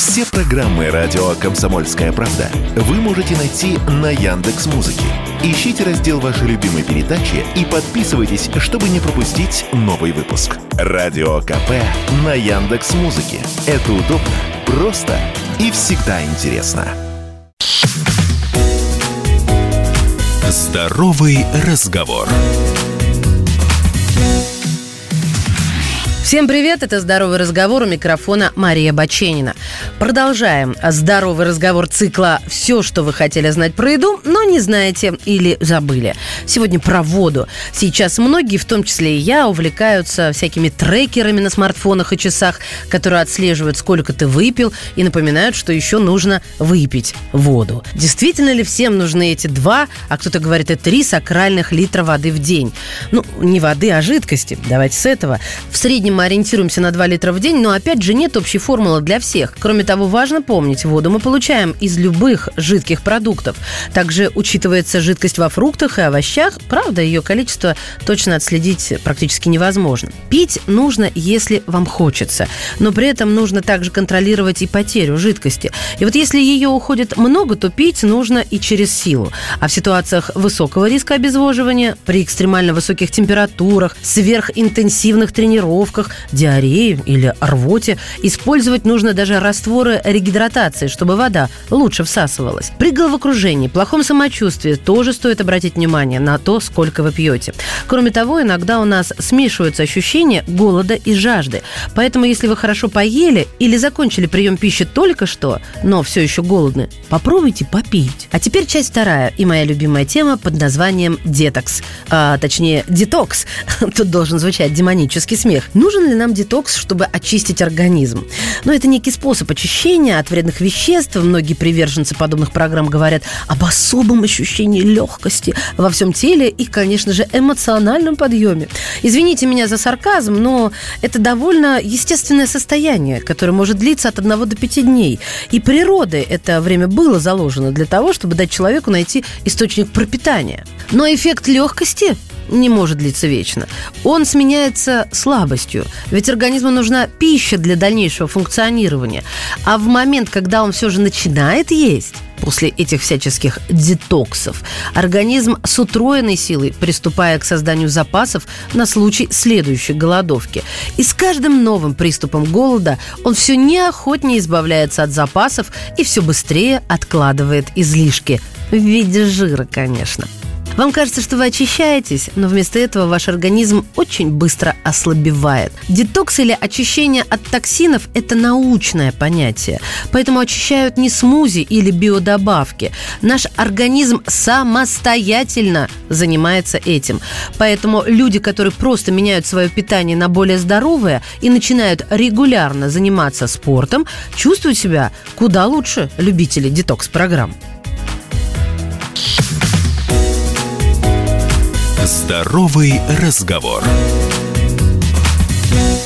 Все программы радио «Комсомольская правда» вы можете найти на Яндекс.Музыке. Ищите раздел вашей любимой передачи и подписывайтесь, чтобы не пропустить новый выпуск. Радио КП на Яндекс.Музыке. Это удобно, просто и всегда интересно. Здоровый разговор. Всем привет, это «Здоровый разговор», у микрофона Мария Баченина. Продолжаем здоровый разговор цикла «Все, что вы хотели знать про еду, но не знаете или забыли». Сегодня про воду. Сейчас многие, в том числе и я, увлекаются всякими трекерами на смартфонах и часах, которые отслеживают, сколько ты выпил, и напоминают, что еще нужно выпить воду. Действительно ли всем нужны эти 2, а кто-то говорит и 3 сакральных литра воды в день? Ну, не воды, а жидкости. Давайте с этого. В среднем мы ориентируемся на 2 литра в день, но опять же нет общей формулы для всех. Кроме того, важно помнить, воду мы получаем из любых жидких продуктов. Также учитывается жидкость во фруктах и овощах. Правда, ее количество точно отследить практически невозможно. Пить нужно, если вам хочется, но при этом нужно также контролировать и потерю жидкости. И вот если ее уходит много, то пить нужно и через силу. А в ситуациях высокого риска обезвоживания, при экстремально высоких температурах, сверхинтенсивных тренировках, диарее или рвоте, использовать нужно даже растворы регидратации, чтобы вода лучше всасывалась. При головокружении, плохом самочувствии тоже стоит обратить внимание на то, сколько вы пьете. Кроме того, иногда у нас смешиваются ощущения голода и жажды. Поэтому, если вы хорошо поели или закончили прием пищи только что, но все еще голодны, попробуйте попить. А теперь часть вторая и моя любимая тема под названием детокс. Точнее, детокс. Тут должен звучать демонический смех. Нужен ли нам детокс, чтобы очистить организм? Но это некий способ очищения от вредных веществ. Многие приверженцы подобных программ говорят об особом ощущении легкости во всем теле и, конечно же, эмоциональном подъеме. Извините меня за сарказм, но это довольно естественное состояние, которое может длиться от 1 до 5 дней. И природой это время было заложено для того, чтобы дать человеку найти источник пропитания. Но эффект легкости не может длиться вечно. Он сменяется слабостью, ведь организму нужна пища для дальнейшего функционирования. А в момент, когда он все же начинает есть, после этих всяческих детоксов, организм с утроенной силой, приступая к созданию запасов на случай следующей голодовки. И с каждым новым приступом голода он все неохотнее избавляется от запасов и все быстрее откладывает излишки. В виде жира, конечно. Вам кажется, что вы очищаетесь, но вместо этого ваш организм очень быстро ослабевает. Детокс или очищение от токсинов – это научное понятие. Поэтому очищают не смузи или биодобавки. Наш организм самостоятельно занимается этим. Поэтому люди, которые просто меняют свое питание на более здоровое и начинают регулярно заниматься спортом, чувствуют себя куда лучше любителей детокс-программ. Здоровый разговор.